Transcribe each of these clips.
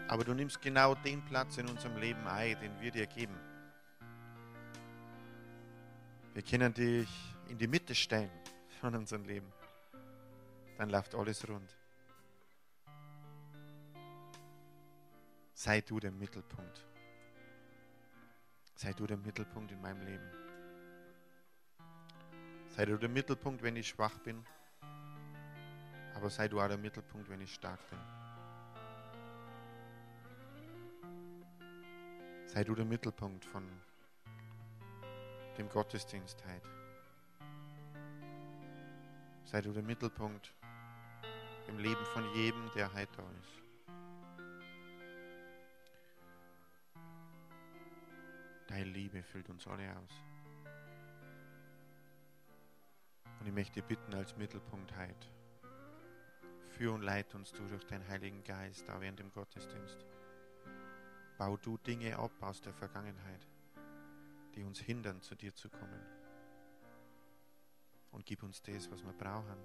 Aber du nimmst genau den Platz in unserem Leben ein, den wir dir geben. Wir können dich in die Mitte stellen von unserem Leben. Dann läuft alles rund. Sei du der Mittelpunkt. Sei du der Mittelpunkt in meinem Leben. Sei du der Mittelpunkt, wenn ich schwach bin. Aber sei du auch der Mittelpunkt, wenn ich stark bin. Sei du der Mittelpunkt von dem Gottesdienst heute. Sei du der Mittelpunkt im Leben von jedem, der heute da ist. Deine Liebe füllt uns alle aus. Und ich möchte dich bitten als Mittelpunkt heute. Führ und leite uns du durch deinen Heiligen Geist, auch während dem Gottesdienst. Bau du Dinge ab aus der Vergangenheit, die uns hindern, zu dir zu kommen. Und gib uns das, was wir brauchen,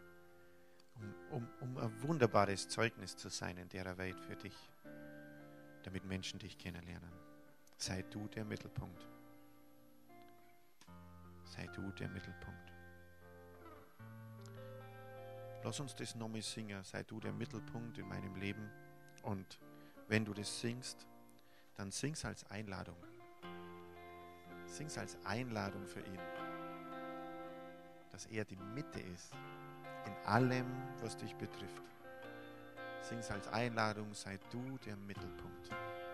um ein wunderbares Zeugnis zu sein in der Welt für dich, damit Menschen dich kennenlernen. Sei du der Mittelpunkt. Sei du der Mittelpunkt. Lass uns das nochmal singen. Sei du der Mittelpunkt in meinem Leben. Und wenn du das singst, dann sing's als Einladung. Sing's als Einladung für ihn. Dass er die Mitte ist in allem, was dich betrifft. Sing's als Einladung, sei du der Mittelpunkt.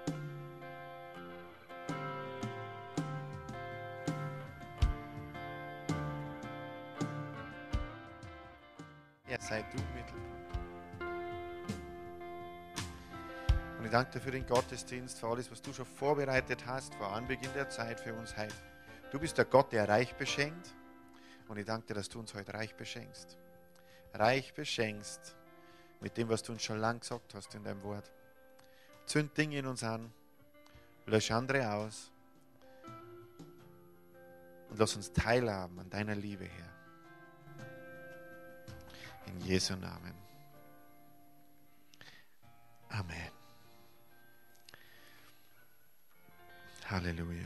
Ja, sei du Mittelpunkt. Und ich danke dir für den Gottesdienst, für alles, was du schon vorbereitet hast, vor Anbeginn der Zeit für uns heute. Du bist der Gott, der reich beschenkt. Und ich danke dir, dass du uns heute reich beschenkst. Reich beschenkst mit dem, was du uns schon lange gesagt hast in deinem Wort. Zünd Dinge in uns an, lösch andere aus und lass uns teilhaben an deiner Liebe, Herr. In Jesu Namen. Amen. Halleluja.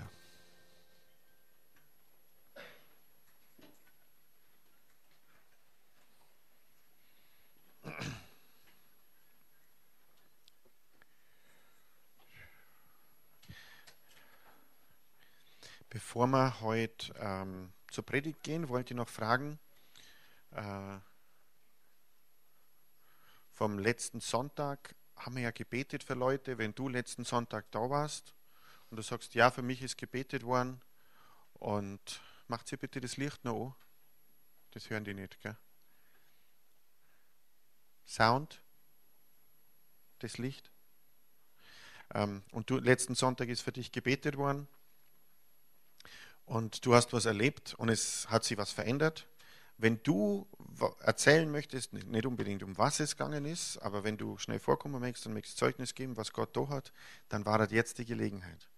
Bevor wir heute zur Predigt gehen, wollte ich noch fragen, vom letzten Sonntag haben wir ja gebetet für Leute. Wenn du letzten Sonntag da warst und du sagst, ja, für mich ist gebetet worden, und macht sie bitte das Licht noch an. Das hören die nicht, gell? Sound, das Licht. Und letzten Sonntag ist für dich gebetet worden und du hast was erlebt und es hat sich was verändert. Wenn du erzählen möchtest, nicht unbedingt um was es gegangen ist, aber wenn du schnell vorkommen möchtest und möchtest Zeugnis geben, was Gott da hat, dann war das jetzt die Gelegenheit.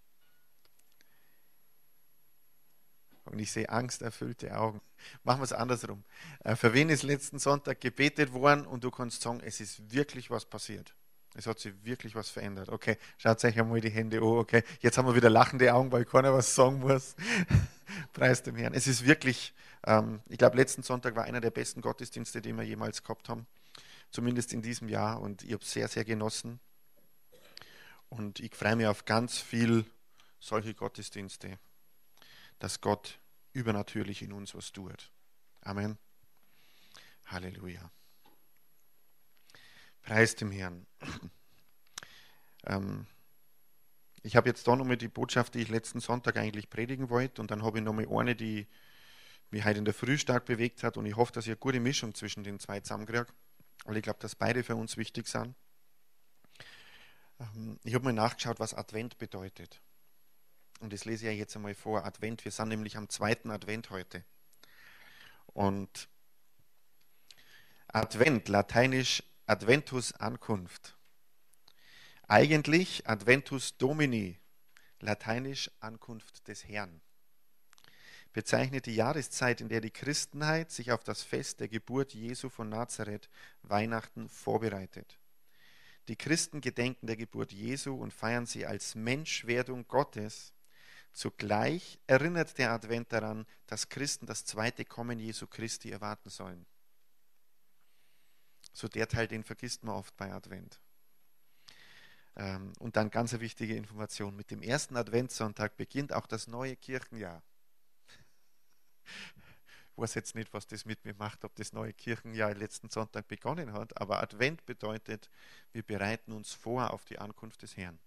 Und ich sehe angsterfüllte Augen. Machen wir es andersrum. Für wen ist letzten Sonntag gebetet worden und du kannst sagen, es ist wirklich was passiert. Es hat sich wirklich was verändert. Okay, schaut euch einmal die Hände an. Okay, jetzt haben wir wieder lachende Augen, weil keiner was sagen muss. Preis dem Herrn. Es ist wirklich, ich glaube, letzten Sonntag war einer der besten Gottesdienste, den wir jemals gehabt haben. Zumindest in diesem Jahr. Und ich habe es sehr, sehr genossen. Und ich freue mich auf ganz viel solche Gottesdienste, dass Gott übernatürlich in uns was tut. Amen. Halleluja. Preis dem Herrn. Ich habe jetzt da nochmal die Botschaft, die ich letzten Sonntag eigentlich predigen wollte, und dann habe ich nochmal eine, die mich heute in der Früh stark bewegt hat, und ich hoffe, dass ich eine gute Mischung zwischen den zwei zusammenkriege, weil ich glaube, dass beide für uns wichtig sind. Ich habe mal nachgeschaut, was Advent bedeutet. Und das lese ich ja jetzt einmal vor. Advent, wir sind nämlich am 2. Advent heute. Und Advent, lateinisch Adventus Ankunft. Eigentlich Adventus Domini, lateinisch Ankunft des Herrn. Bezeichnet die Jahreszeit, in der die Christenheit sich auf das Fest der Geburt Jesu von Nazareth, Weihnachten, vorbereitet. Die Christen gedenken der Geburt Jesu und feiern sie als Menschwerdung Gottes. Zugleich erinnert der Advent daran, dass Christen das zweite Kommen Jesu Christi erwarten sollen. So der Teil, den vergisst man oft bei Advent. Und dann ganz eine wichtige Information. Mit dem ersten Adventssonntag beginnt auch das neue Kirchenjahr. Ich weiß jetzt nicht, was das mit mir macht, ob das neue Kirchenjahr letzten Sonntag begonnen hat, aber Advent bedeutet, wir bereiten uns vor auf die Ankunft des Herrn.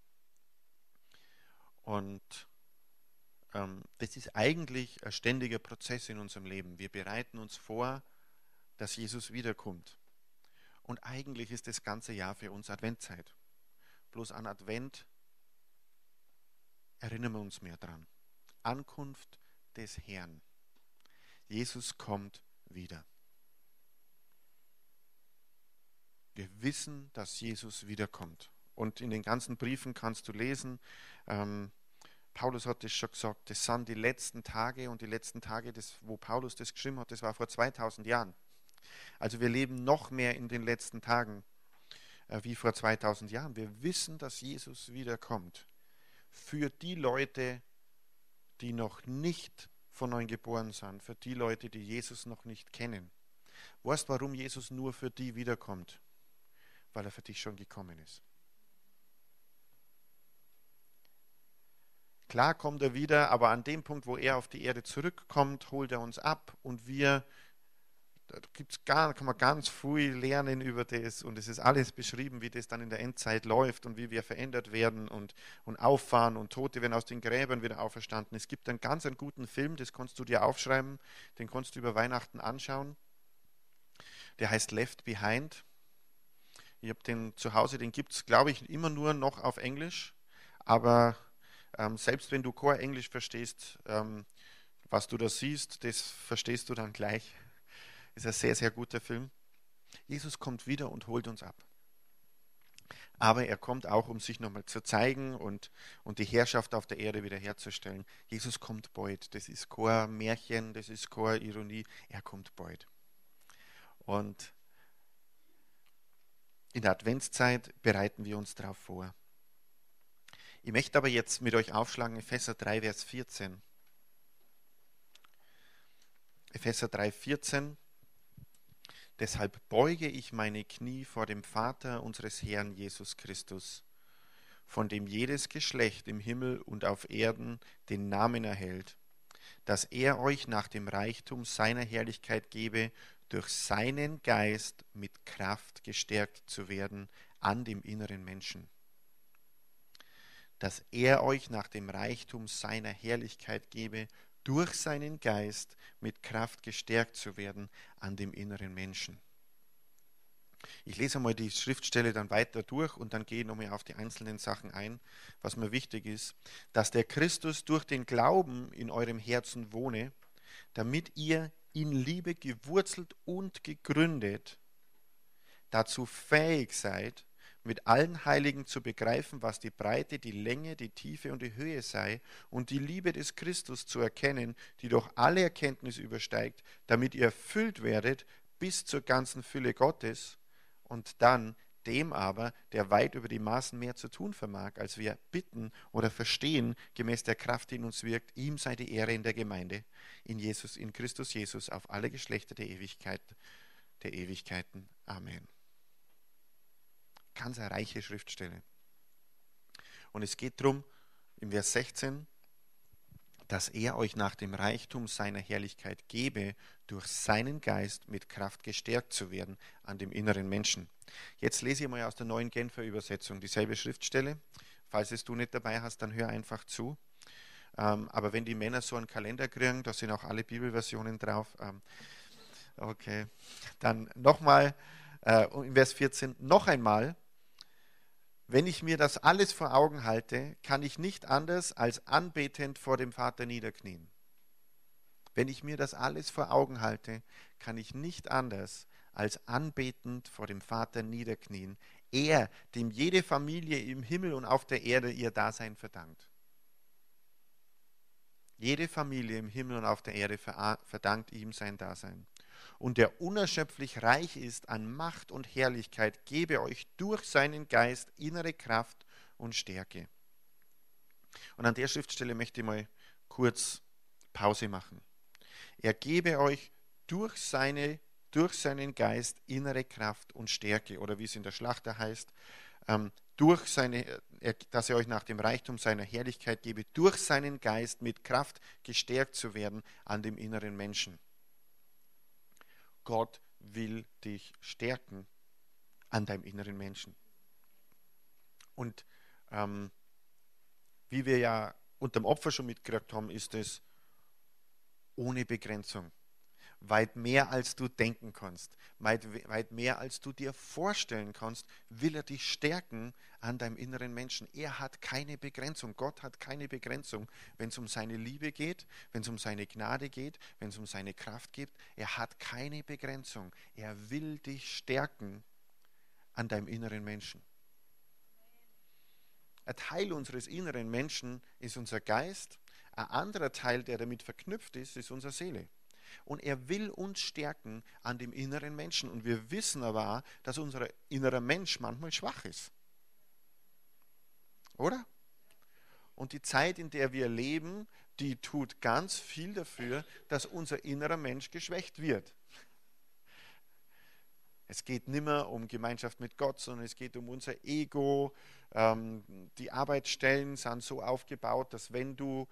Und das ist eigentlich ein ständiger Prozess in unserem Leben. Wir bereiten uns vor, dass Jesus wiederkommt. Und eigentlich ist das ganze Jahr für uns Adventzeit. Bloß an Advent erinnern wir uns mehr dran. Ankunft des Herrn. Jesus kommt wieder. Wir wissen, dass Jesus wiederkommt. Und in den ganzen Briefen kannst du lesen, Paulus hat das schon gesagt, das sind die letzten Tage und die letzten Tage, wo Paulus das geschrieben hat, das war vor 2000 Jahren. Also wir leben noch mehr in den letzten Tagen wie vor 2000 Jahren. Wir wissen, dass Jesus wiederkommt. Für die Leute, die noch nicht von neuem geboren sind, für die Leute, die Jesus noch nicht kennen. Weißt du, warum Jesus nur für die wiederkommt? Weil er für dich schon gekommen ist. Klar kommt er wieder, aber an dem Punkt, wo er auf die Erde zurückkommt, holt er uns ab und kann man ganz viel lernen über das und es ist alles beschrieben, wie das dann in der Endzeit läuft und wie wir verändert werden und auffahren und Tote werden aus den Gräbern wieder auferstanden. Es gibt einen ganz guten Film, das kannst du dir aufschreiben, den kannst du über Weihnachten anschauen. Der heißt Left Behind. Ich habe den zu Hause, den gibt es, glaube ich, immer nur noch auf Englisch, aber selbst wenn du kein Englisch verstehst, was du da siehst, das verstehst du dann gleich. Ist ein sehr, sehr guter Film. Jesus kommt wieder und holt uns ab. Aber er kommt auch, um sich nochmal zu zeigen und die Herrschaft auf der Erde wiederherzustellen. Jesus kommt bald. Das ist kein Märchen, das ist keine Ironie. Er kommt bald. Und in der Adventszeit bereiten wir uns darauf vor. Ich möchte aber jetzt mit euch aufschlagen, Epheser 3, Vers 14. Epheser 3, 14. Deshalb beuge ich meine Knie vor dem Vater unseres Herrn Jesus Christus, von dem jedes Geschlecht im Himmel und auf Erden den Namen erhält, dass er euch nach dem Reichtum seiner Herrlichkeit gebe, durch seinen Geist mit Kraft gestärkt zu werden an dem inneren Menschen. Dass er euch nach dem Reichtum seiner Herrlichkeit gebe, durch seinen Geist mit Kraft gestärkt zu werden an dem inneren Menschen. Ich lese einmal die Schriftstelle dann weiter durch und dann gehe ich nochmal auf die einzelnen Sachen ein, was mir wichtig ist, dass der Christus durch den Glauben in eurem Herzen wohne, damit ihr in Liebe gewurzelt und gegründet dazu fähig seid, mit allen Heiligen zu begreifen, was die Breite, die Länge, die Tiefe und die Höhe sei und die Liebe des Christus zu erkennen, die durch alle Erkenntnis übersteigt, damit ihr erfüllt werdet bis zur ganzen Fülle Gottes und dann dem aber, der weit über die Maßen mehr zu tun vermag, als wir bitten oder verstehen, gemäß der Kraft, die in uns wirkt, ihm sei die Ehre in der Gemeinde, in Christus Jesus, auf alle Geschlechter der Ewigkeiten. Amen. Ganz eine reiche Schriftstelle. Und es geht darum, im Vers 16, dass er euch nach dem Reichtum seiner Herrlichkeit gebe, durch seinen Geist mit Kraft gestärkt zu werden an dem inneren Menschen. Jetzt lese ich mal aus der neuen Genfer Übersetzung dieselbe Schriftstelle. Falls es du nicht dabei hast, dann hör einfach zu. Aber wenn die Männer so einen Kalender kriegen, da sind auch alle Bibelversionen drauf. Okay, dann nochmal im Vers 14, noch einmal. Wenn ich mir das alles vor Augen halte, kann ich nicht anders als anbetend vor dem Vater niederknien. Wenn ich mir das alles vor Augen halte, kann ich nicht anders als anbetend vor dem Vater niederknien. Er, dem jede Familie im Himmel und auf der Erde ihr Dasein verdankt. Jede Familie im Himmel und auf der Erde verdankt ihm sein Dasein. und der unerschöpflich reich ist an Macht und Herrlichkeit, gebe euch durch seinen Geist innere Kraft und Stärke. Und an der Schriftstelle möchte ich mal kurz Pause machen. Er gebe euch durch seinen Geist innere Kraft und Stärke, oder wie es in der Schlachter heißt, dass er euch nach dem Reichtum seiner Herrlichkeit gebe, durch seinen Geist mit Kraft gestärkt zu werden an dem inneren Menschen. Gott will dich stärken an deinem inneren Menschen. Und wie wir ja unter dem Opfer schon mitgekriegt haben, ist es ohne Begrenzung. Weit mehr als du denken kannst, weit mehr als du dir vorstellen kannst, will er dich stärken an deinem inneren Menschen. Er hat keine Begrenzung. Gott hat keine Begrenzung, wenn es um seine Liebe geht, wenn es um seine Gnade geht, wenn es um seine Kraft geht. Er hat keine Begrenzung. Er will dich stärken an deinem inneren Menschen. Ein Teil unseres inneren Menschen ist unser Geist. Ein anderer Teil, der damit verknüpft ist, ist unsere Seele. Und er will uns stärken an dem inneren Menschen. Und wir wissen aber auch, dass unser innerer Mensch manchmal schwach ist. Oder? Und die Zeit, in der wir leben, die tut ganz viel dafür, dass unser innerer Mensch geschwächt wird. Es geht nicht mehr um Gemeinschaft mit Gott, sondern es geht um unser Ego. Die Arbeitsstellen sind so aufgebaut, dass wenn du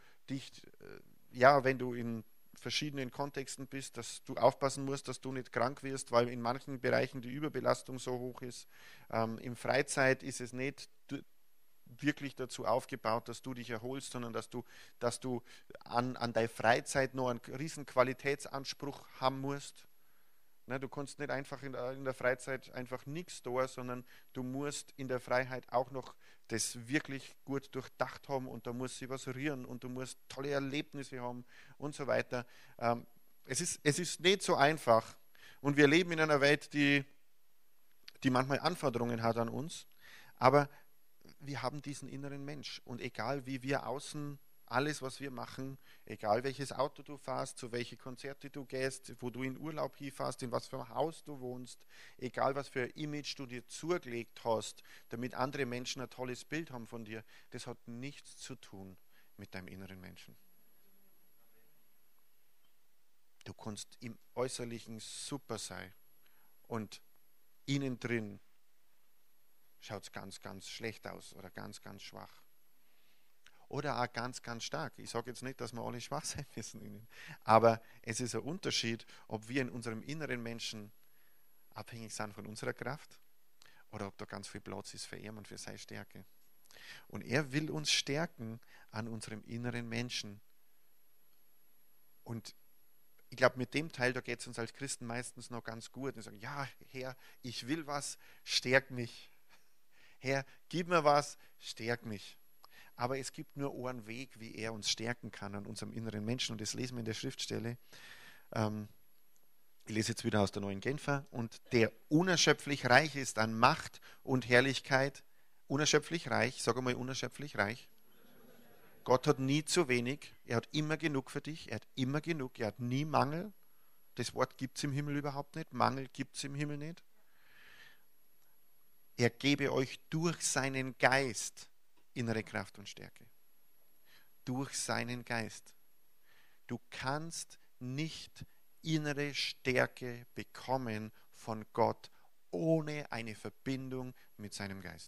in verschiedenen Kontexten bist, dass du aufpassen musst, dass du nicht krank wirst, weil in manchen Bereichen die Überbelastung so hoch ist. Im Freizeit ist es nicht wirklich dazu aufgebaut, dass du dich erholst, sondern dass du an deiner Freizeit noch einen riesen Qualitätsanspruch haben musst. Ne, du kannst nicht einfach in der Freizeit einfach nichts tun, sondern du musst in der Freiheit auch noch das wirklich gut durchdacht haben und da muss sich was rühren und du musst tolle Erlebnisse haben und so weiter. Es ist nicht so einfach und wir leben in einer Welt, die manchmal Anforderungen hat an uns, aber wir haben diesen inneren Mensch und egal wie wir außen alles, was wir machen, egal welches Auto du fährst, zu welche Konzerte du gehst, wo du in Urlaub hinfährst, in was für ein Haus du wohnst, egal was für ein Image du dir zugelegt hast, damit andere Menschen ein tolles Bild haben von dir, das hat nichts zu tun mit deinem inneren Menschen. Du kannst im Äußerlichen super sein und innen drin schaut es ganz, ganz schlecht aus oder ganz, ganz schwach. Oder auch ganz, ganz stark. Ich sage jetzt nicht, dass wir alle schwach sein müssen, aber es ist ein Unterschied, ob wir in unserem inneren Menschen abhängig sind von unserer Kraft oder ob da ganz viel Platz ist für ihn und für seine Stärke. Und er will uns stärken an unserem inneren Menschen. Und ich glaube, mit dem Teil, da geht es uns als Christen meistens noch ganz gut. Und sagen, ja, Herr, ich will was, stärk mich. Herr, gib mir was, stärk mich. Aber es gibt nur einen Weg, wie er uns stärken kann an unserem inneren Menschen. Und das lesen wir in der Schriftstelle. Ich lese jetzt wieder aus der Neuen Genfer. Und der unerschöpflich reich ist an Macht und Herrlichkeit. Unerschöpflich reich, sag einmal unerschöpflich reich. Gott hat nie zu wenig. Er hat immer genug für dich. Er hat immer genug. Er hat nie Mangel. Das Wort gibt es im Himmel überhaupt nicht. Mangel gibt es im Himmel nicht. Er gebe euch durch seinen Geist innere Kraft und Stärke. Durch seinen Geist. Du kannst nicht innere Stärke bekommen von Gott ohne eine Verbindung mit seinem Geist.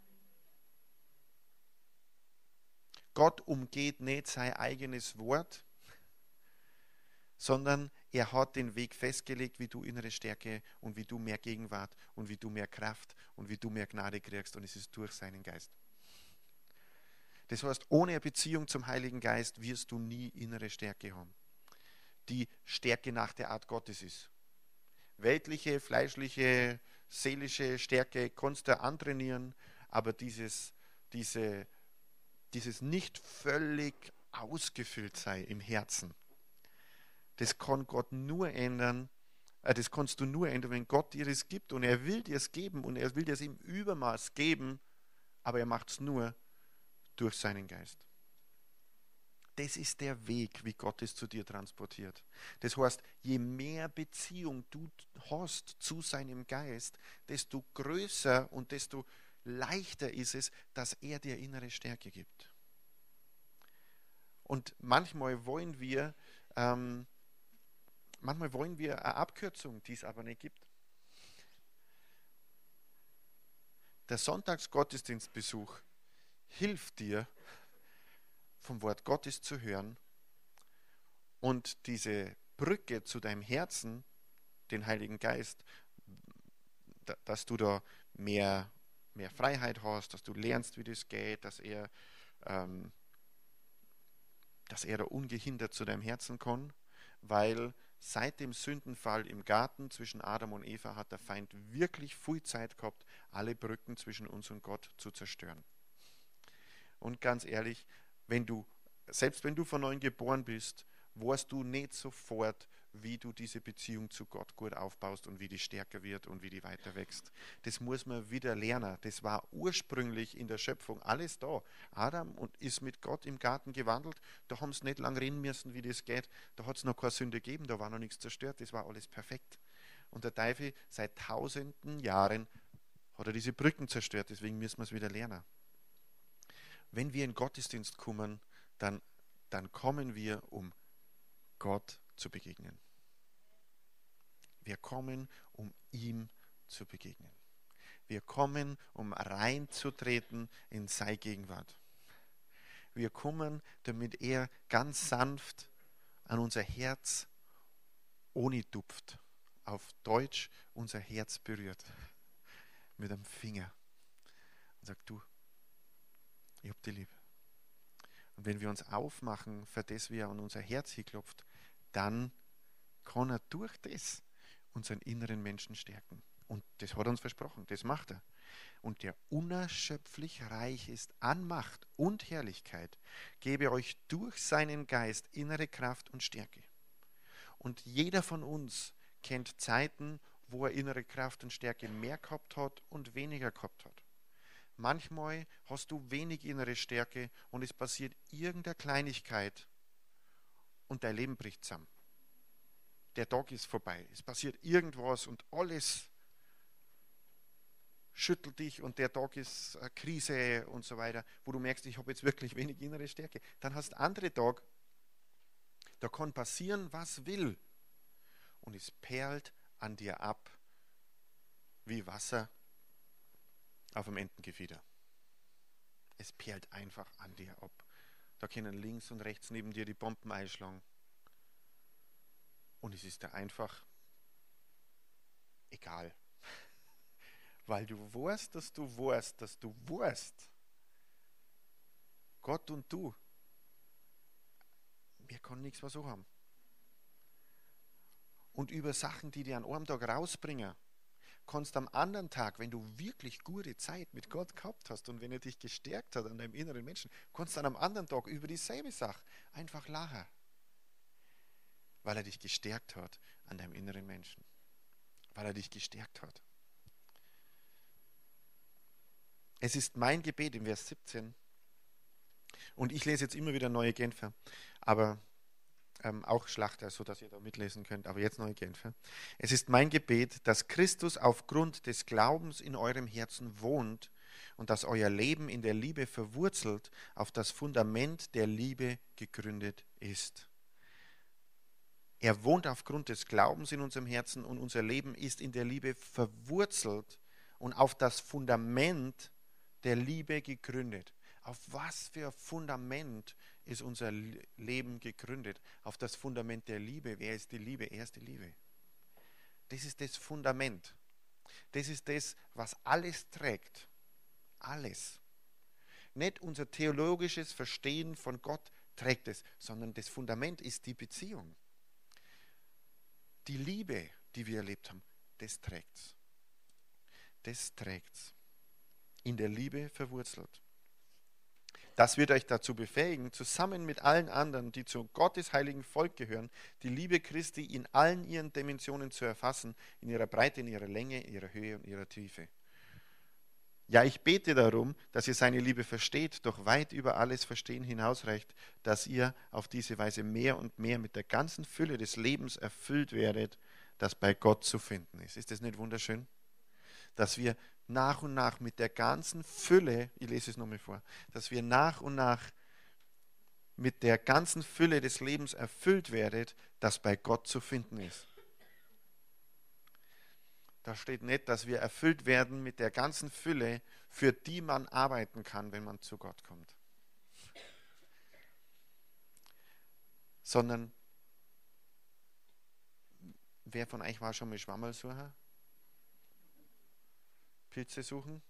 Gott umgeht nicht sein eigenes Wort, sondern er hat den Weg festgelegt, wie du innere Stärke und wie du mehr Gegenwart und wie du mehr Kraft und wie du mehr Gnade kriegst, und es ist durch seinen Geist. Das heißt, ohne eine Beziehung zum Heiligen Geist wirst du nie innere Stärke haben, die Stärke nach der Art Gottes ist. Weltliche, fleischliche, seelische Stärke kannst du antrainieren, aber dieses nicht völlig ausgefüllt sei im Herzen, das kann Gott nur ändern, das kannst du nur ändern, wenn Gott dir es gibt, und er will dir es geben und er will dir es im Übermaß geben, aber er macht es nur durch seinen Geist. Das ist der Weg, wie Gott es zu dir transportiert. Das heißt, je mehr Beziehung du hast zu seinem Geist, desto größer und desto leichter ist es, dass er dir innere Stärke gibt. Und manchmal wollen wir eine Abkürzung, die es aber nicht gibt. Der Sonntagsgottesdienstbesuch hilft dir, vom Wort Gottes zu hören und diese Brücke zu deinem Herzen, den Heiligen Geist, dass du da mehr Freiheit hast, dass du lernst, wie das geht, ähm, dass er da ungehindert zu deinem Herzen kann, weil seit dem Sündenfall im Garten zwischen Adam und Eva hat der Feind wirklich viel Zeit gehabt, alle Brücken zwischen uns und Gott zu zerstören. Und ganz ehrlich, selbst wenn du von neuem geboren bist, weißt du nicht sofort, wie du diese Beziehung zu Gott gut aufbaust und wie die stärker wird und wie die weiter wächst. Das muss man wieder lernen. Das war ursprünglich in der Schöpfung alles da. Adam ist mit Gott im Garten gewandelt. Da haben sie nicht lange reden müssen, wie das geht. Da hat es noch keine Sünde gegeben, da war noch nichts zerstört. Das war alles perfekt. Und der Teufel seit tausenden Jahren hat er diese Brücken zerstört. Deswegen müssen wir es wieder lernen. Wenn wir in den Gottesdienst kommen, dann kommen wir, um Gott zu begegnen. Wir kommen, um ihm zu begegnen. Wir kommen, um reinzutreten in seine Gegenwart. Wir kommen, damit er ganz sanft an unser Herz ohne tupft. Auf Deutsch unser Herz berührt. Mit einem Finger. Und sagt, du, ich hab dich lieb. Und wenn wir uns aufmachen, für das, wie er an unser Herz hinklopft, dann kann er durch das unseren inneren Menschen stärken. Und das hat er uns versprochen, das macht er. Und der unerschöpflich reich ist an Macht und Herrlichkeit, gebe euch durch seinen Geist innere Kraft und Stärke. Und jeder von uns kennt Zeiten, wo er innere Kraft und Stärke mehr gehabt hat und weniger gehabt hat. Manchmal hast du wenig innere Stärke und es passiert irgendeine Kleinigkeit und dein Leben bricht zusammen. Der Tag ist vorbei. Es passiert irgendwas und alles schüttelt dich und der Tag ist eine Krise und so weiter, wo du merkst, ich habe jetzt wirklich wenig innere Stärke. Dann hast du andere Tage, da kann passieren, was will. Und es perlt an dir ab wie Wasser auf dem Entengefieder. Es perlt einfach an dir ab. Da können links und rechts neben dir die Bomben einschlagen. Und es ist dir einfach egal. Weil du weißt, dass du weißt, Gott und du, wir können nichts mehr so haben. Und über Sachen, die dir an einem Tag rausbringen, kannst am anderen Tag, wenn du wirklich gute Zeit mit Gott gehabt hast und wenn er dich gestärkt hat an deinem inneren Menschen, kannst du an einem anderen Tag über dieselbe Sache einfach lachen. Weil er dich gestärkt hat an deinem inneren Menschen. Weil er dich gestärkt hat. Es ist mein Gebet im Vers 17. Und ich lese jetzt immer wieder neue Genfer, aber auch Schlachter, sodass ihr da mitlesen könnt, aber jetzt neue Genfer. Es ist mein Gebet, dass Christus aufgrund des Glaubens in eurem Herzen wohnt und dass euer Leben in der Liebe verwurzelt auf das Fundament der Liebe gegründet ist. Er wohnt aufgrund des Glaubens in unserem Herzen und unser Leben ist in der Liebe verwurzelt und auf das Fundament der Liebe gegründet. Auf was für ein Fundament ist unser Leben gegründet? Auf das Fundament der Liebe. Wer ist die Liebe? Er ist die Liebe. Das ist das Fundament. Das ist das, was alles trägt. Alles. Nicht unser theologisches Verstehen von Gott trägt es, sondern das Fundament ist die Beziehung. Die Liebe, die wir erlebt haben, das trägt's. Das trägt's. In der Liebe verwurzelt. Das wird euch dazu befähigen, zusammen mit allen anderen, die zu Gottes heiligen Volk gehören, die Liebe Christi in allen ihren Dimensionen zu erfassen, in ihrer Breite, in ihrer Länge, in ihrer Höhe und ihrer Tiefe. Ja, ich bete darum, dass ihr seine Liebe versteht, doch weit über alles Verstehen hinausreicht, dass ihr auf diese Weise mehr und mehr mit der ganzen Fülle des Lebens erfüllt werdet, das bei Gott zu finden ist. Ist das nicht wunderschön? Dass wir nach und nach mit der ganzen Fülle, ich lese es nochmal vor, dass wir nach und nach mit der ganzen Fülle des Lebens erfüllt werdet, das bei Gott zu finden ist. Da steht nicht, dass wir erfüllt werden mit der ganzen Fülle, für die man arbeiten kann, wenn man zu Gott kommt. Sondern, wer von euch war schon mal Schwammerlsucher? Pilze suchen?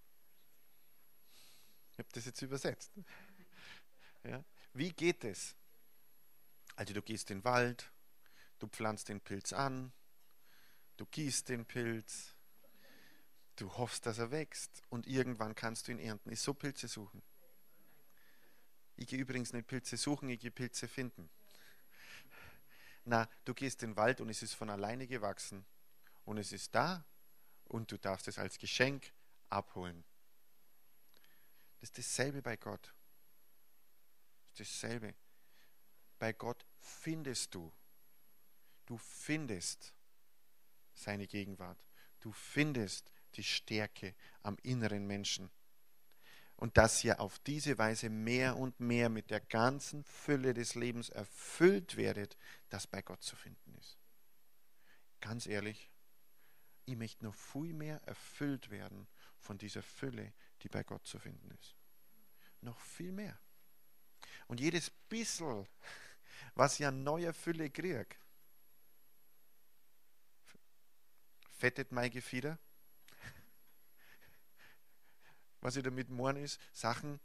Ich habe das jetzt übersetzt. Ja? Wie geht es? Also du gehst in den Wald, du pflanzt den Pilz an, du gießt den Pilz, du hoffst, dass er wächst und irgendwann kannst du ihn ernten. Ist so Pilze suchen. Ich gehe übrigens nicht Pilze suchen, ich gehe Pilze finden. Na, du gehst in den Wald und es ist von alleine gewachsen und es ist da und du darfst es als Geschenk abholen. Das ist dasselbe bei Gott. Das ist dasselbe. Bei Gott findest du. Du findest seine Gegenwart. Du findest die Stärke am inneren Menschen. Und dass ihr auf diese Weise mehr und mehr mit der ganzen Fülle des Lebens erfüllt werdet, das bei Gott zu finden ist. Ganz ehrlich, ich möchte noch viel mehr erfüllt werden von dieser Fülle, die bei Gott zu finden ist. Noch viel mehr. Und jedes bisschen, was ich an neuer Fülle kriege, fettet mein Gefieder. Was ich damit meine ist, Sachen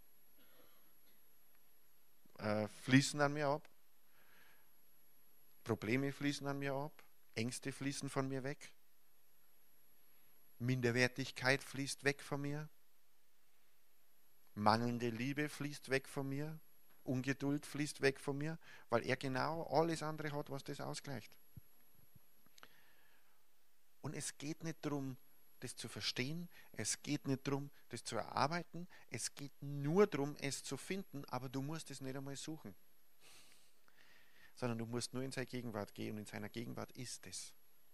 fließen an mir ab, Probleme fließen an mir ab, Ängste fließen von mir weg, Minderwertigkeit fließt weg von mir, mangelnde Liebe fließt weg von mir, Ungeduld fließt weg von mir, weil er genau alles andere hat, was das ausgleicht. Und es geht nicht darum, das zu verstehen, es geht nicht darum, das zu erarbeiten, es geht nur darum, es zu finden, aber du musst es nicht einmal suchen, sondern du musst nur in seine Gegenwart gehen und in seiner Gegenwart ist es.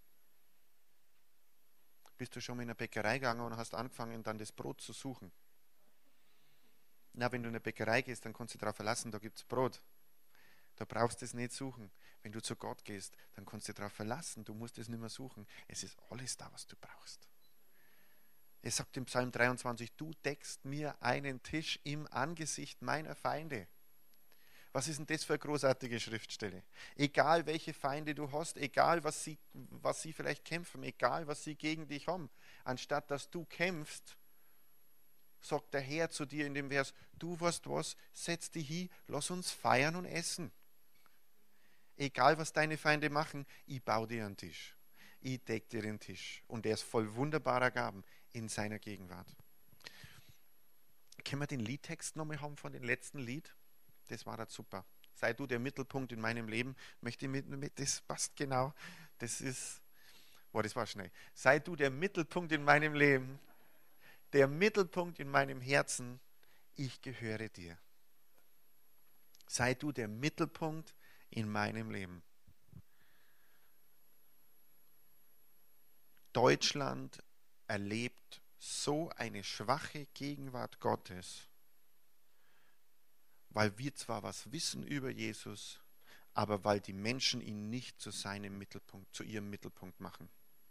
Bist du schon mal in eine Bäckerei gegangen und hast angefangen, dann das Brot zu suchen? Na, wenn du in eine Bäckerei gehst, dann kannst du dich darauf verlassen, da gibt es Brot. Da brauchst du es nicht suchen. Wenn du zu Gott gehst, dann kannst du dich darauf verlassen, du musst es nicht mehr suchen. Es ist alles da, was du brauchst. Es sagt im Psalm 23, du deckst mir einen Tisch im Angesicht meiner Feinde. Was ist denn das für eine großartige Schriftstelle? Egal welche Feinde du hast, egal was sie vielleicht kämpfen, egal was sie gegen dich haben, anstatt dass du kämpfst, sagt der Herr zu dir in dem Vers, du weißt was, setz dich hin, lass uns feiern und essen. Egal was deine Feinde machen, ich baue dir einen Tisch. Ich decke dir den Tisch. Und der ist voll wunderbarer Gaben in seiner Gegenwart. Können wir den Liedtext nochmal haben von dem letzten Lied? Das war das super. Sei du der Mittelpunkt in meinem Leben. Möchte ich das passt genau. Das war schnell. Sei du der Mittelpunkt in meinem Leben. Der Mittelpunkt in meinem Herzen. Ich gehöre dir. Sei du der Mittelpunkt in meinem Leben. Deutschland erlebt so eine schwache Gegenwart Gottes, weil wir zwar was wissen über Jesus, aber weil die Menschen ihn nicht zu seinem Mittelpunkt, zu ihrem Mittelpunkt machen.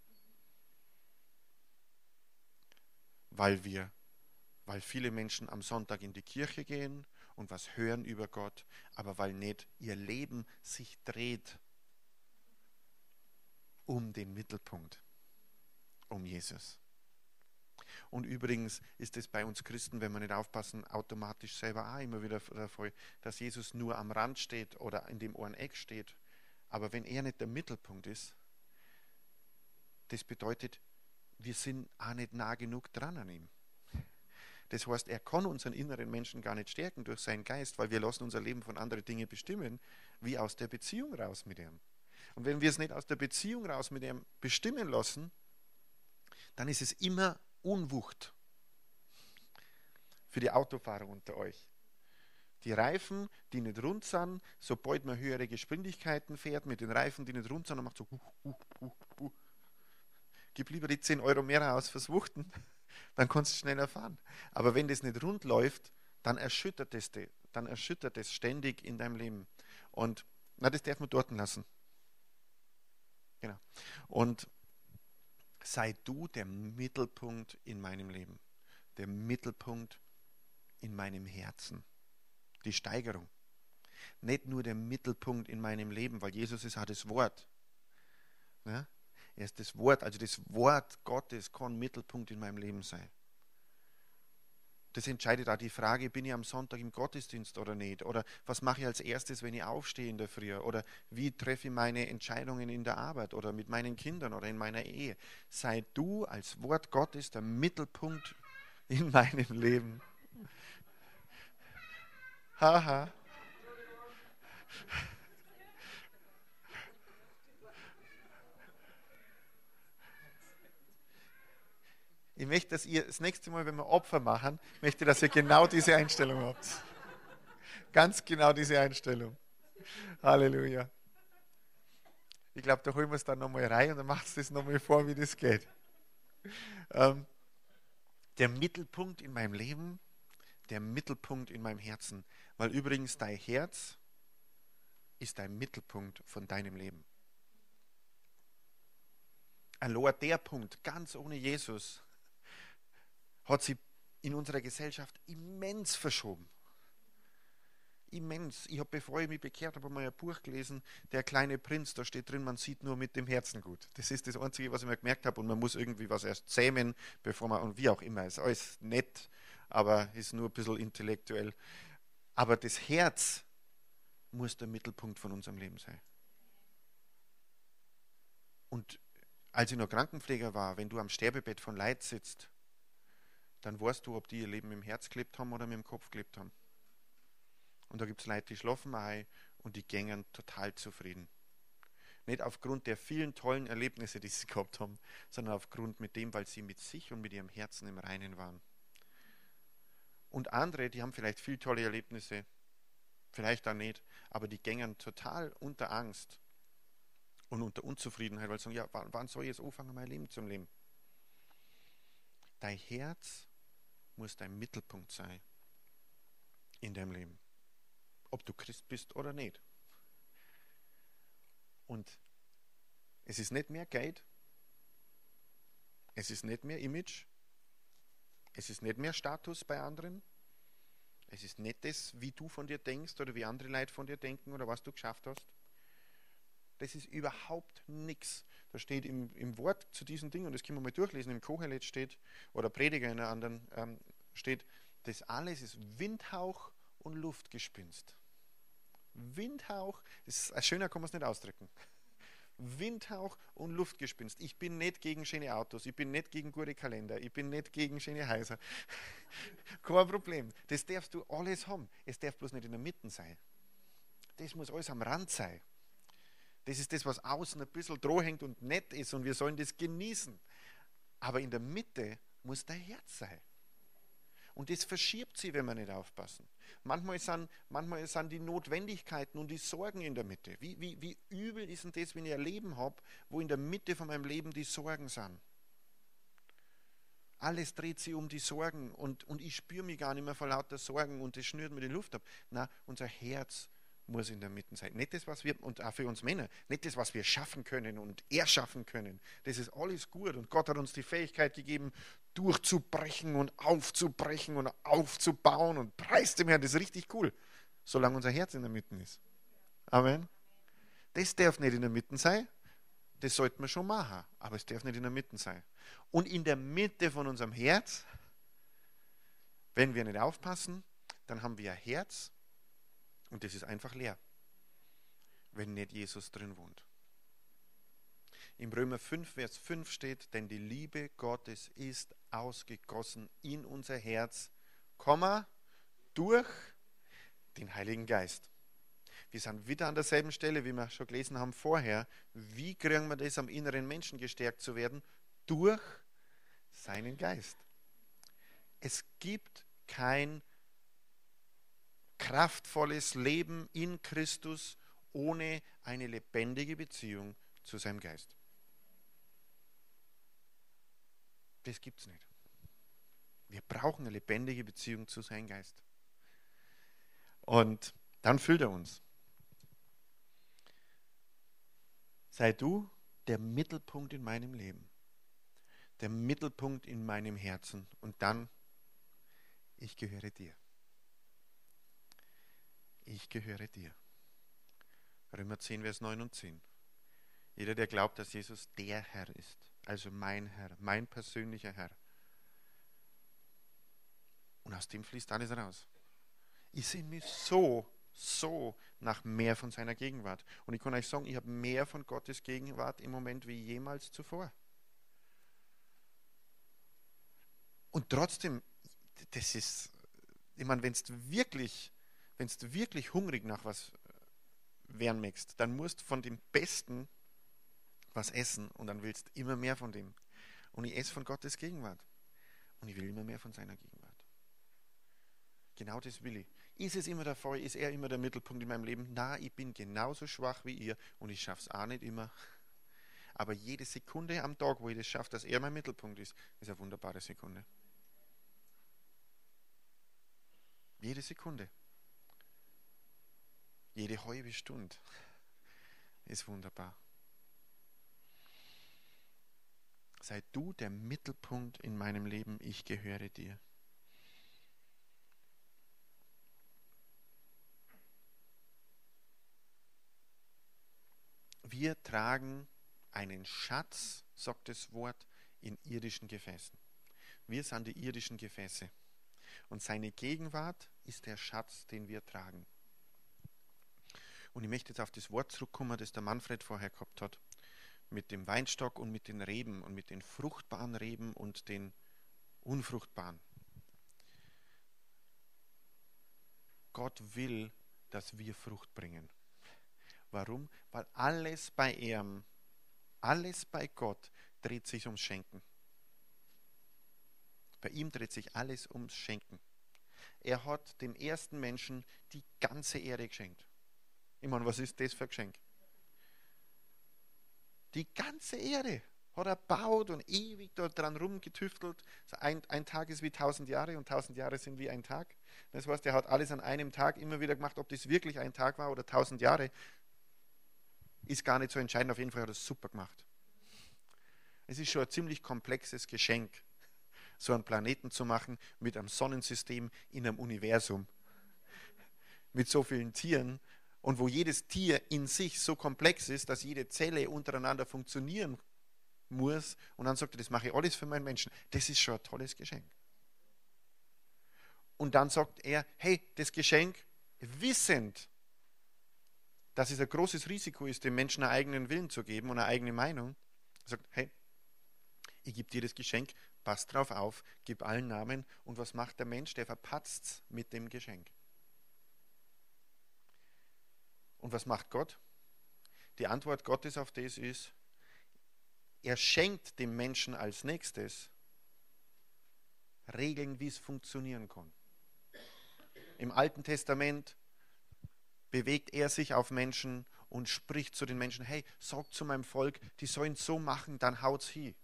Weil viele Menschen am Sonntag in die Kirche gehen und was hören über Gott, aber weil nicht ihr Leben sich dreht um den Mittelpunkt, um Jesus. Und übrigens ist es bei uns Christen, wenn wir nicht aufpassen, automatisch selber auch immer wieder der Fall, dass Jesus nur am Rand steht oder in dem einen Eck steht. Aber wenn er nicht der Mittelpunkt ist, das bedeutet, wir sind auch nicht nah genug dran an ihm. Das heißt, er kann unseren inneren Menschen gar nicht stärken durch seinen Geist, weil wir lassen unser Leben von anderen Dingen bestimmen, wie aus der Beziehung raus mit ihm. Und wenn wir es nicht aus der Beziehung raus mit ihm bestimmen lassen, dann ist es immer Unwucht. für die Autofahrer unter euch. Die Reifen, die nicht rund sind, sobald man höhere Geschwindigkeiten fährt, mit den Reifen, die nicht rund sind, dann macht so, gib lieber die 10 Euro mehr aus fürs Wuchten, dann kannst du schneller fahren. Aber wenn das nicht rund läuft, dann erschüttert es ständig in deinem Leben. Und das darf man dort lassen. Genau. Und sei du der Mittelpunkt in meinem Leben, der Mittelpunkt in meinem Herzen. Die Steigerung. Nicht nur der Mittelpunkt in meinem Leben, weil Jesus ist auch das Wort. Ja? Er ist das Wort, also das Wort Gottes kann Mittelpunkt in meinem Leben sein. Das entscheidet auch die Frage, bin ich am Sonntag im Gottesdienst oder nicht? Oder was mache ich als erstes, wenn ich aufstehe in der Früh? Oder wie treffe ich meine Entscheidungen in der Arbeit oder mit meinen Kindern oder in meiner Ehe? Sei du als Wort Gottes der Mittelpunkt in meinem Leben. Haha. Ich möchte, dass ihr das nächste Mal, wenn wir Opfer machen, möchte, dass ihr genau diese Einstellung habt. Ganz genau diese Einstellung. Halleluja. Ich glaube, da holen wir es dann nochmal rein und dann macht es das nochmal vor, wie das geht. Der Mittelpunkt in meinem Leben, der Mittelpunkt in meinem Herzen. Weil übrigens dein Herz ist dein Mittelpunkt von deinem Leben. Allein der Punkt, ganz ohne Jesus, hat sich in unserer Gesellschaft immens verschoben. Immens. Ich habe, bevor ich mich bekehrt habe, mal ein Buch gelesen, Der kleine Prinz, da steht drin, man sieht nur mit dem Herzen gut. Das ist das Einzige, was ich mir gemerkt habe und man muss irgendwie was erst zähmen, bevor man, und wie auch immer, ist alles nett, aber ist nur ein bisschen intellektuell. Aber das Herz muss der Mittelpunkt von unserem Leben sein. Und als ich noch Krankenpfleger war, wenn du am Sterbebett von Leid sitzt, dann weißt du, ob die ihr Leben im Herz gelebt haben oder mit dem Kopf gelebt haben. Und da gibt es Leute, die schlafen ein und die gängen total zufrieden. Nicht aufgrund der vielen tollen Erlebnisse, die sie gehabt haben, sondern aufgrund mit dem, weil sie mit sich und mit ihrem Herzen im Reinen waren. Und andere, die haben vielleicht viel tolle Erlebnisse, vielleicht auch nicht, aber die gängen total unter Angst und unter Unzufriedenheit, weil sie sagen, ja, wann soll ich jetzt anfangen, mein Leben zu leben? Dein Herz muss dein Mittelpunkt sein in deinem Leben. Ob du Christ bist oder nicht. Und es ist nicht mehr Geld, es ist nicht mehr Image, es ist nicht mehr Status bei anderen, es ist nicht das, wie du von dir denkst oder wie andere Leute von dir denken oder was du geschafft hast. Das ist überhaupt nichts. Da steht im Wort zu diesen Dingen, und das können wir mal durchlesen, im Kohelet steht, oder Prediger in einer anderen steht, das alles ist Windhauch und Luftgespinst. Windhauch, das ist, schöner kann man es nicht ausdrücken. Windhauch und Luftgespinst. Ich bin nicht gegen schöne Autos, ich bin nicht gegen gute Kalender, ich bin nicht gegen schöne Häuser. Kein Problem. Das darfst du alles haben. Es darf bloß nicht in der Mitte sein. Das muss alles am Rand sein. Das ist das, was außen ein bisschen droh hängt und nett ist und wir sollen das genießen. Aber in der Mitte muss dein Herz sein. Und das verschiebt sie, wenn wir nicht aufpassen. Manchmal sind die Notwendigkeiten und die Sorgen in der Mitte. Wie übel ist denn das, wenn ich ein Leben habe, wo in der Mitte von meinem Leben die Sorgen sind? Alles dreht sich um die Sorgen und ich spüre mich gar nicht mehr vor lauter Sorgen und das schnürt mir die Luft ab. Nein, unser Herz muss in der Mitte sein. Nicht das, was wir, und auch für uns Männer, nicht das, was wir schaffen können und erschaffen können. Das ist alles gut und Gott hat uns die Fähigkeit gegeben, durchzubrechen und aufzubauen und preist dem Herrn, das ist richtig cool, solange unser Herz in der Mitte ist. Amen. Das darf nicht in der Mitte sein, das sollten wir schon machen, aber es darf nicht in der Mitte sein. Und in der Mitte von unserem Herz, wenn wir nicht aufpassen, dann haben wir ein Herz, und das ist einfach leer, wenn nicht Jesus drin wohnt. Im Römer 5, Vers 5 steht, denn die Liebe Gottes ist ausgegossen in unser Herz, durch den Heiligen Geist. Wir sind wieder an derselben Stelle, wie wir schon gelesen haben vorher. Wie kriegen wir das, am inneren Menschen gestärkt zu werden? Durch seinen Geist. Es gibt kein kraftvolles Leben in Christus ohne eine lebendige Beziehung zu seinem Geist. Das gibt es nicht. Wir brauchen eine lebendige Beziehung zu seinem Geist. Und dann füllt er uns. Sei du der Mittelpunkt in meinem Leben, der Mittelpunkt in meinem Herzen. Und dann, ich gehöre dir. Ich gehöre dir. Römer 10, Vers 9 und 10. Jeder, der glaubt, dass Jesus der Herr ist, also mein Herr, mein persönlicher Herr. Und aus dem fließt alles raus. Ich sehe mich so nach mehr von seiner Gegenwart. Und ich kann euch sagen, ich habe mehr von Gottes Gegenwart im Moment wie jemals zuvor. Und trotzdem, das ist, ich meine, wenn du wirklich hungrig nach was werden möchtest, dann musst du von dem Besten was essen und dann willst du immer mehr von dem. Und ich esse von Gottes Gegenwart. Und ich will immer mehr von seiner Gegenwart. Genau das will ich. Ist es immer der Fall? Ist er immer der Mittelpunkt in meinem Leben? Na, ich bin genauso schwach wie ihr und ich schaffe es auch nicht immer. Aber jede Sekunde am Tag, wo ich das schaffe, dass er mein Mittelpunkt ist eine wunderbare Sekunde. Jede Sekunde. Jede halbe Stunde ist wunderbar. Sei du der Mittelpunkt in meinem Leben, ich gehöre dir. Wir tragen einen Schatz, sagt das Wort, in irdischen Gefäßen. Wir sind die irdischen Gefäße. Und seine Gegenwart ist der Schatz, den wir tragen. Und ich möchte jetzt auf das Wort zurückkommen, das der Manfred vorher gehabt hat, mit dem Weinstock und mit den Reben und mit den fruchtbaren Reben und den unfruchtbaren. Gott will, dass wir Frucht bringen. Warum? Weil alles bei ihm, alles bei Gott dreht sich ums Schenken. Bei ihm dreht sich alles ums Schenken. Er hat dem ersten Menschen die ganze Erde geschenkt. Ich meine, was ist das für ein Geschenk? Die ganze Erde hat er gebaut und ewig dran rumgetüftelt. Ein Tag ist wie 1000 Jahre und 1000 Jahre sind wie ein Tag. Das heißt, er hat alles an einem Tag immer wieder gemacht. Ob das wirklich ein Tag war oder 1000 Jahre, ist gar nicht so entscheidend. Auf jeden Fall hat er es super gemacht. Es ist schon ein ziemlich komplexes Geschenk, so einen Planeten zu machen mit einem Sonnensystem in einem Universum. Mit so vielen Tieren und wo jedes Tier in sich so komplex ist, dass jede Zelle untereinander funktionieren muss. Und dann sagt er, das mache ich alles für meinen Menschen. Das ist schon ein tolles Geschenk. Und dann sagt er, hey, das Geschenk, wissend, dass es ein großes Risiko ist, dem Menschen einen eigenen Willen zu geben und eine eigene Meinung, sagt, hey, ich gebe dir das Geschenk, pass drauf auf, gib allen Namen. Und was macht der Mensch? Der verpatzt es mit dem Geschenk. Und was macht Gott? Die Antwort Gottes auf das ist, er schenkt dem Menschen als nächstes Regeln, wie es funktionieren kann. Im Alten Testament bewegt er sich auf Menschen und spricht zu den Menschen, hey, sag zu meinem Volk, die sollen so machen, dann haut's hin.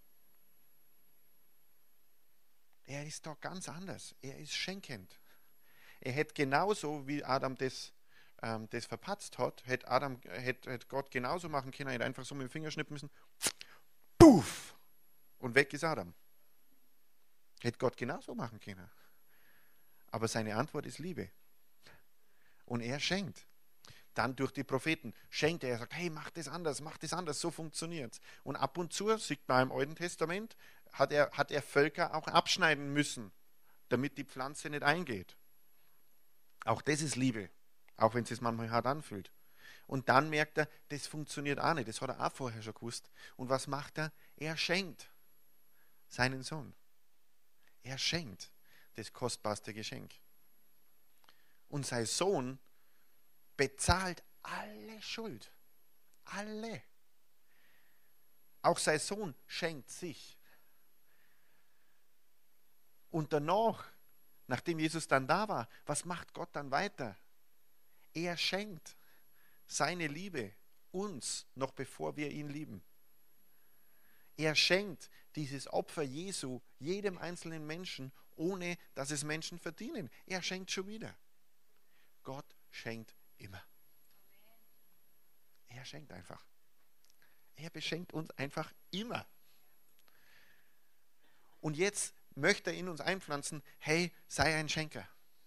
Er ist da ganz anders. Er ist schenkend. Er hätte genauso, wie Adam das verpatzt hat, hätte Gott genauso machen können. Er hätte einfach so mit dem Finger schnippen müssen. Puff! Und weg ist Adam. Hätte Gott genauso machen können. Aber seine Antwort ist Liebe. Und er schenkt. Dann durch die Propheten schenkt er. Er sagt, hey, mach das anders, so funktioniert es. Und ab und zu, sieht man im Alten Testament, hat er Völker auch abschneiden müssen, damit die Pflanze nicht eingeht. Auch das ist Liebe. Auch wenn es sich manchmal hart anfühlt. Und dann merkt er, das funktioniert auch nicht. Das hat er auch vorher schon gewusst. Und was macht er? Er schenkt seinen Sohn. Er schenkt das kostbarste Geschenk. Und sein Sohn bezahlt alle Schuld. Alle. Auch sein Sohn schenkt sich. Und danach, Nachdem Jesus dann da war, was macht Gott dann weiter? Er schenkt seine Liebe uns, noch bevor wir ihn lieben. Er schenkt dieses Opfer Jesu jedem einzelnen Menschen, ohne dass es Menschen verdienen. Er schenkt schon wieder. Gott schenkt immer. Er schenkt einfach. Er beschenkt uns einfach immer. Und jetzt möchte er in uns einpflanzen, hey, sei ein Schenker.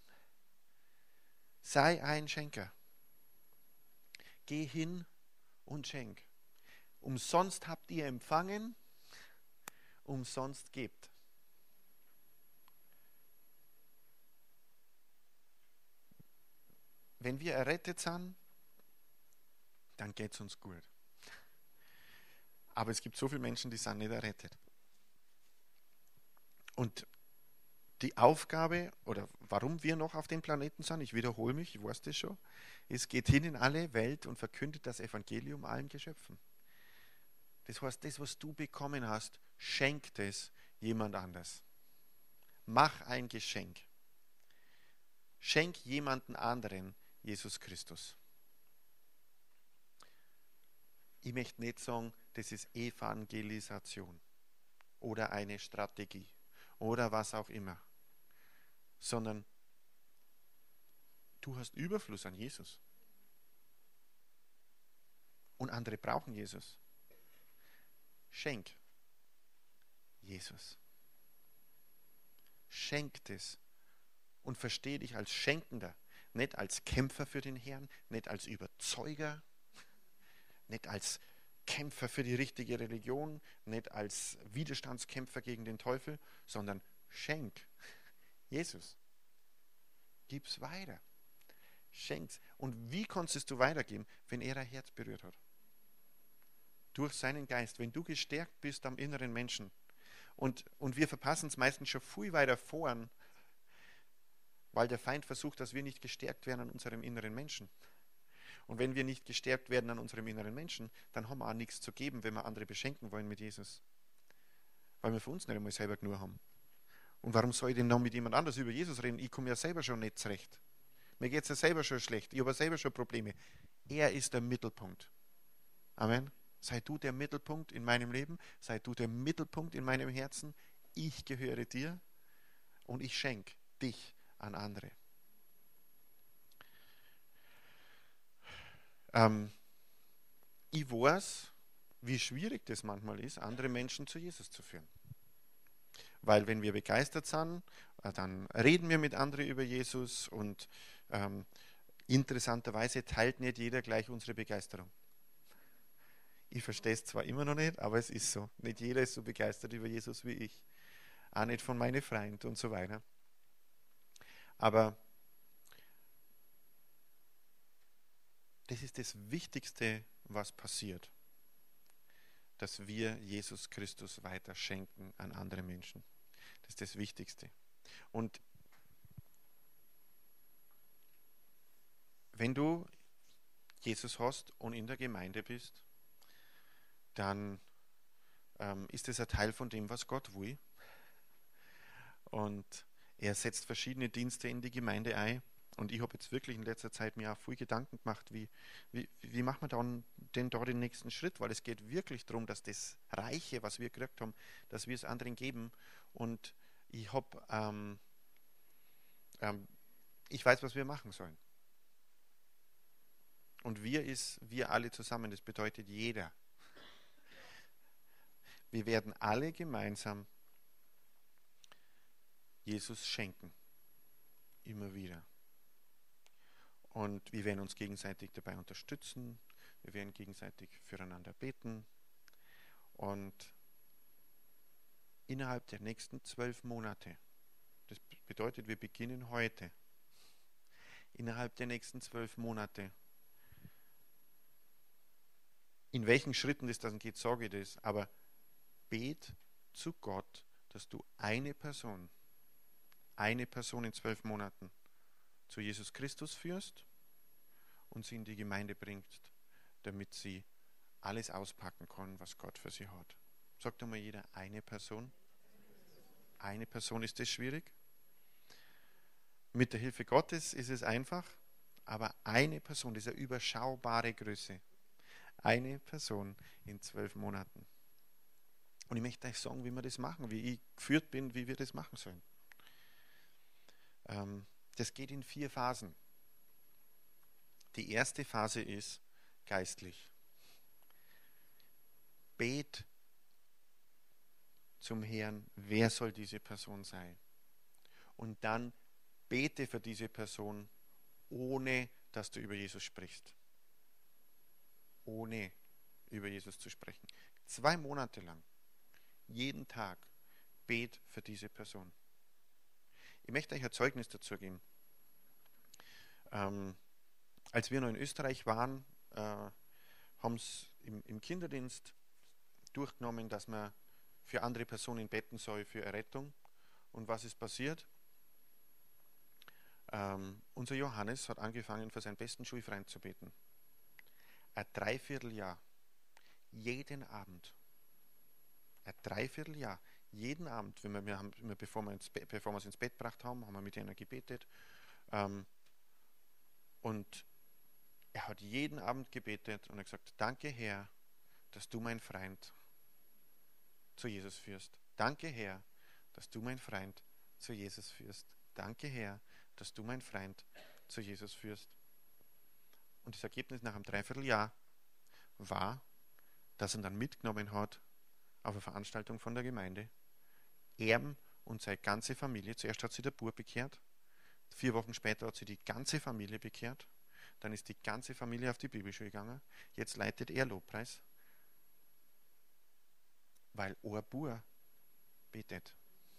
Sei ein Schenker. Geh hin und schenk. Umsonst habt ihr empfangen, umsonst gebt. Wenn wir errettet sind, dann geht es uns gut. Aber es gibt so viele Menschen, die sind nicht errettet. Und die Aufgabe, oder warum wir noch auf dem Planeten sind, ich wiederhole mich, ich weiß das schon, es geht hin in alle Welt und verkündet das Evangelium allen Geschöpfen. Das heißt, das, was du bekommen hast, schenk es jemand anders. Mach ein Geschenk. Schenk jemanden anderen Jesus Christus. Ich möchte nicht sagen, das ist Evangelisation oder eine Strategie oder was auch immer, sondern du hast Überfluss an Jesus. Und andere brauchen Jesus. Schenk Jesus. Schenk es und verstehe dich als Schenkender, nicht als Kämpfer für den Herrn, nicht als Überzeuger, nicht als Kämpfer für die richtige Religion, nicht als Widerstandskämpfer gegen den Teufel, sondern schenk Jesus. Gib's weiter. Schenk's. Und wie konntest du weitergeben, wenn er dein Herz berührt hat? Durch seinen Geist. Wenn du gestärkt bist am inneren Menschen. Und wir verpassen es meistens schon viel weiter vorn, weil der Feind versucht, dass wir nicht gestärkt werden an unserem inneren Menschen. Und wenn wir nicht gestärkt werden an unserem inneren Menschen, dann haben wir auch nichts zu geben, wenn wir andere beschenken wollen mit Jesus. Weil wir für uns nicht einmal selber genug haben. Und warum soll ich denn noch mit jemand anders über Jesus reden? Ich komme ja selber schon nicht zurecht. Mir geht es ja selber schon schlecht. Ich habe ja selber schon Probleme. Er ist der Mittelpunkt. Amen. Sei du der Mittelpunkt in meinem Leben. Sei du der Mittelpunkt in meinem Herzen. Ich gehöre dir und ich schenke dich an andere. Ich weiß, wie schwierig das manchmal ist, andere Menschen zu Jesus zu führen. Weil wenn wir begeistert sind, dann reden wir mit anderen über Jesus und interessanterweise teilt nicht jeder gleich unsere Begeisterung. Ich verstehe es zwar immer noch nicht, aber es ist so. Nicht jeder ist so begeistert über Jesus wie ich. Auch nicht von meinen Freunden und so weiter. Aber das ist das Wichtigste, was passiert. Dass wir Jesus Christus weiter schenken an andere Menschen. Das ist das Wichtigste. Und wenn du Jesus hast und in der Gemeinde bist, dann ist es ein Teil von dem, was Gott will. Und er setzt verschiedene Dienste in die Gemeinde ein. Und ich habe jetzt wirklich in letzter Zeit mir auch viel Gedanken gemacht, wie machen wir dann denn da den nächsten Schritt? Weil es geht wirklich darum, dass das Reiche, was wir gekriegt haben, dass wir es anderen geben. Und ich ich weiß, was wir machen sollen. Und wir alle zusammen, das bedeutet jeder. Wir werden alle gemeinsam Jesus schenken. Immer wieder. Und wir werden uns gegenseitig dabei unterstützen. Wir werden gegenseitig füreinander beten. Und innerhalb der nächsten 12 Monate, das bedeutet, wir beginnen heute, innerhalb der nächsten 12 Monate, in welchen Schritten das dann geht, sage ich das, aber bet zu Gott, dass du eine Person in 12 Monaten zu Jesus Christus führst und sie in die Gemeinde bringst, damit sie alles auspacken kann, was Gott für sie hat. Sagt einmal jeder eine Person. Eine Person, ist das schwierig? Mit der Hilfe Gottes ist es einfach, aber eine Person, diese überschaubare Größe, eine Person in 12 Monaten. Und ich möchte euch sagen, wie wir das machen, wie ich geführt bin, wie wir das machen sollen. Das geht in 4 Phasen. Die erste Phase ist geistlich. Bet zum Herrn, wer soll diese Person sein? Und dann bete für diese Person, ohne dass du über Jesus sprichst. Ohne über Jesus zu sprechen. 2 Monate lang, jeden Tag, bet für diese Person. Ich möchte euch ein Zeugnis dazu geben. Als wir noch in Österreich waren, haben es im Kinderdienst durchgenommen, dass man für andere Personen beten soll für Errettung. Und was ist passiert? Unser Johannes hat angefangen, für seinen besten Schulfreund zu beten. Ein Dreivierteljahr, jeden Abend. Ein Dreivierteljahr, jeden Abend, bevor wir es ins Bett gebracht haben, haben wir mit ihnen gebetet. Und er hat jeden Abend gebetet und hat gesagt, danke Herr, dass du mein Freund zu Jesus führst. Danke Herr, dass du mein Freund zu Jesus führst. Danke Herr, dass du mein Freund zu Jesus führst. Und das Ergebnis nach einem Dreivierteljahr war, dass er dann mitgenommen hat auf eine Veranstaltung von der Gemeinde. Er und seine ganze Familie, zuerst hat sich der Bub bekehrt, 4 Wochen später hat sich die ganze Familie bekehrt, dann ist die ganze Familie auf die Bibelschule gegangen, jetzt leitet er Lobpreis, weil ein Bub betet.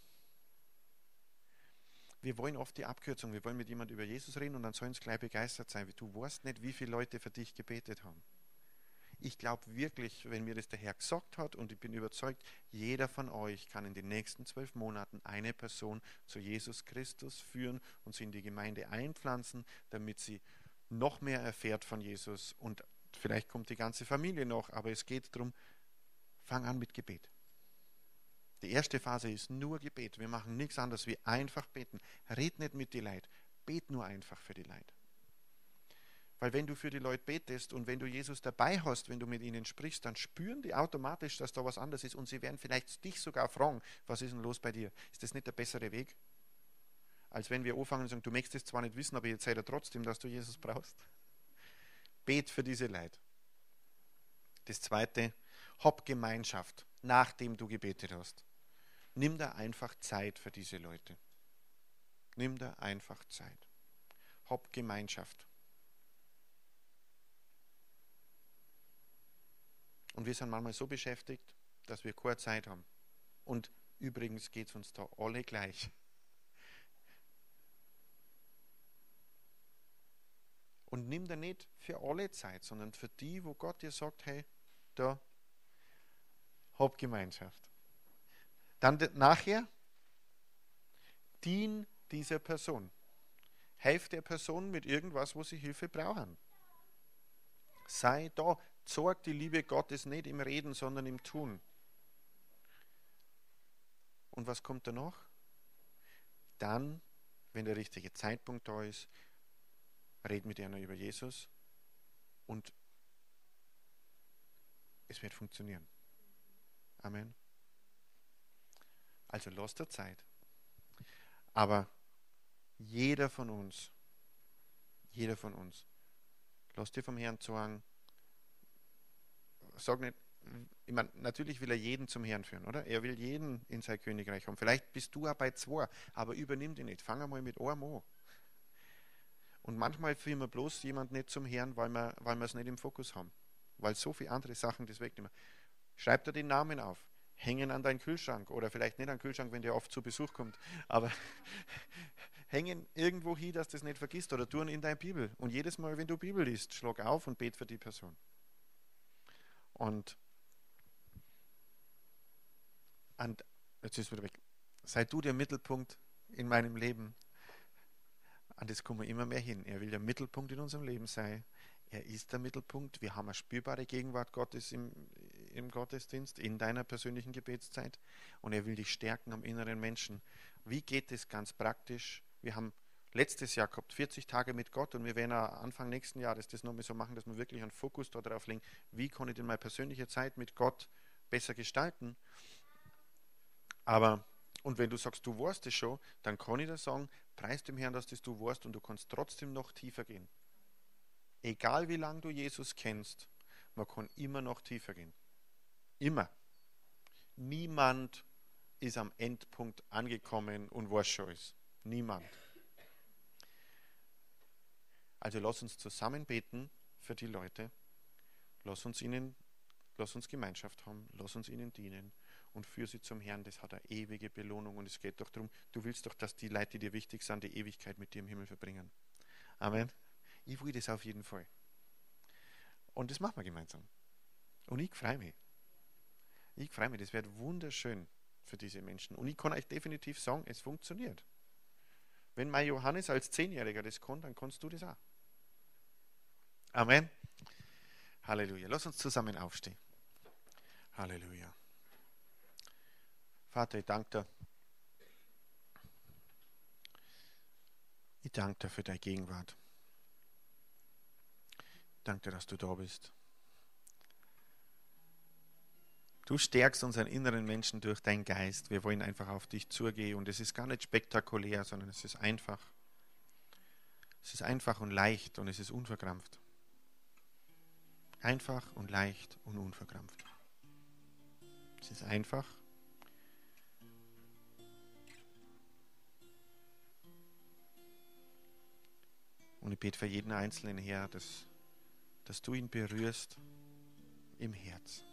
Wir wollen oft die Abkürzung, wir wollen mit jemandem über Jesus reden und dann sollen sie gleich begeistert sein. Du weißt nicht, wie viele Leute für dich gebetet haben. Ich glaube wirklich, wenn mir das der Herr gesagt hat, und ich bin überzeugt, jeder von euch kann in den nächsten 12 Monaten eine Person zu Jesus Christus führen und sie in die Gemeinde einpflanzen, damit sie noch mehr erfährt von Jesus, und vielleicht kommt die ganze Familie noch, aber es geht darum, fang an mit Gebet. Die erste Phase ist nur Gebet. Wir machen nichts anderes wie einfach beten. Red nicht mit den Leuten, bet nur einfach für die Leute. Weil wenn du für die Leute betest und wenn du Jesus dabei hast, wenn du mit ihnen sprichst, dann spüren die automatisch, dass da was anderes ist, und sie werden vielleicht dich sogar fragen, was ist denn los bei dir? Ist das nicht der bessere Weg? Als wenn wir anfangen und sagen, du möchtest es zwar nicht wissen, aber jetzt sei dir trotzdem, dass du Jesus brauchst. Bet für diese Leute. Das zweite, hab Gemeinschaft, nachdem du gebetet hast. Nimm da einfach Zeit für diese Leute. Nimm da einfach Zeit. Hab Gemeinschaft. Und wir sind manchmal so beschäftigt, dass wir keine Zeit haben. Und übrigens geht es uns da alle gleich. Und nimm da nicht für alle Zeit, sondern für die, wo Gott dir sagt, hey, da, hab Gemeinschaft. Dann nachher, dien dieser Person. Helf der Person mit irgendwas, wo sie Hilfe brauchen. Sei da. Sorg die Liebe Gottes nicht im Reden, sondern im Tun. Und was kommt danach? Dann, wenn der richtige Zeitpunkt da ist, red mit einer über Jesus und es wird funktionieren. Amen. Also lasst der Zeit. Aber jeder von uns, lasst dir vom Herrn sagen, sag nicht, ich meine, natürlich will er jeden zum Herrn führen, oder? Er will jeden in sein Königreich haben. Vielleicht bist du auch bei 2, aber übernimm die nicht. Fang einmal mit einem an. Und manchmal führen wir bloß jemand nicht zum Herrn, weil wir es nicht im Fokus haben. Weil so viele andere Sachen das wegnehmen. Schreib dir den Namen auf. Hängen an deinen Kühlschrank. Oder vielleicht nicht an den Kühlschrank, wenn der oft zu Besuch kommt. Aber hängen irgendwo hin, dass du das nicht vergisst. Oder tun in deine Bibel. Und jedes Mal, wenn du Bibel liest, schlag auf und bet für die Person. Und jetzt ist wieder weg. Sei du der Mittelpunkt in meinem Leben. An das kommen wir immer mehr hin. Er will der Mittelpunkt in unserem Leben sein. Er ist der Mittelpunkt. Wir haben eine spürbare Gegenwart Gottes im Gottesdienst, in deiner persönlichen Gebetszeit. Und er will dich stärken am inneren Menschen. Wie geht es ganz praktisch? Wir haben letztes Jahr gehabt, 40 Tage mit Gott, und wir werden auch Anfang nächsten Jahres das nochmal so machen, dass wir wirklich einen Fokus darauf legen, wie kann ich denn meine persönliche Zeit mit Gott besser gestalten. Aber, und wenn du sagst, du weißt es schon, dann kann ich dir sagen, preis dem Herrn, dass das du weißt, und du kannst trotzdem noch tiefer gehen. Egal wie lange du Jesus kennst, man kann immer noch tiefer gehen. Immer. Niemand ist am Endpunkt angekommen und weiß schon ist. Niemand. Also lass uns zusammen beten für die Leute. Lass uns Gemeinschaft haben. Lass uns ihnen dienen. Und führe sie zum Herrn. Das hat eine ewige Belohnung. Und es geht doch darum, du willst doch, dass die Leute, die dir wichtig sind, die Ewigkeit mit dir im Himmel verbringen. Amen. Ich will das auf jeden Fall. Und das machen wir gemeinsam. Und ich freue mich. Ich freue mich. Das wird wunderschön für diese Menschen. Und ich kann euch definitiv sagen, es funktioniert. Wenn mein Johannes als 10-Jähriger das kann, dann kannst du das auch. Amen. Halleluja. Lass uns zusammen aufstehen. Halleluja. Vater, ich danke dir. Ich danke dir für deine Gegenwart. Ich danke dir, dass du da bist. Du stärkst unseren inneren Menschen durch deinen Geist. Wir wollen einfach auf dich zugehen, und es ist gar nicht spektakulär, sondern es ist einfach. Es ist einfach und leicht, und es ist unverkrampft. Einfach und leicht und unverkrampft. Es ist einfach. Und ich bete für jeden Einzelnen, Herr, dass du ihn berührst im Herz.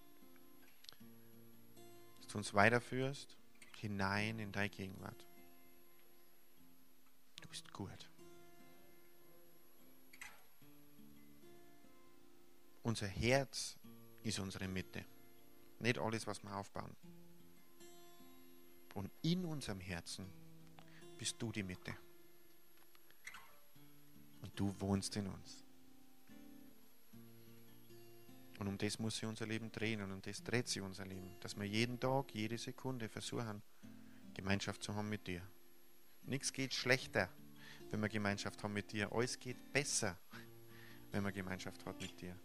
Dass du uns weiterführst hinein in deine Gegenwart. Du bist gut. Unser Herz ist unsere Mitte. Nicht alles, was wir aufbauen. Und in unserem Herzen bist du die Mitte. Und du wohnst in uns. Und um das muss sich unser Leben drehen, und um das dreht sich unser Leben. Dass wir jeden Tag, jede Sekunde versuchen, Gemeinschaft zu haben mit dir. Nichts geht schlechter, wenn wir Gemeinschaft haben mit dir. Alles geht besser, wenn man Gemeinschaft hat mit dir.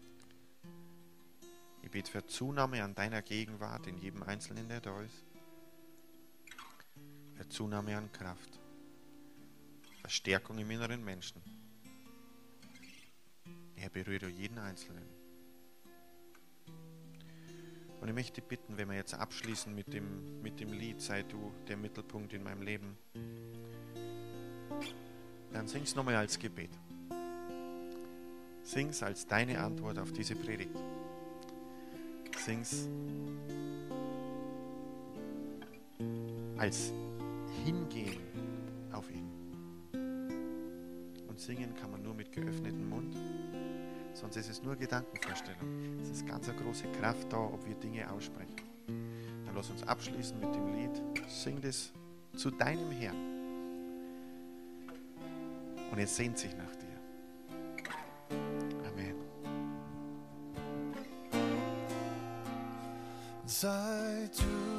Ich bete für Zunahme an deiner Gegenwart in jedem Einzelnen, der da ist. Für Zunahme an Kraft. Verstärkung im inneren Menschen. Herr, berühre du jeden Einzelnen. Und ich möchte dich bitten, wenn wir jetzt abschließen mit dem Lied, sei du der Mittelpunkt in meinem Leben, dann sing's nochmal als Gebet. Sing's als deine Antwort auf diese Predigt. Sing's als Hingehen auf ihn. Und singen kann man nur mit geöffnetem Mund, sonst ist es nur Gedankenvorstellung. Es ist ganz eine große Kraft da, ob wir Dinge aussprechen. Dann lass uns abschließen mit dem Lied. Sing das zu deinem Herrn. Und er sehnt sich nach dir. Amen. Sei du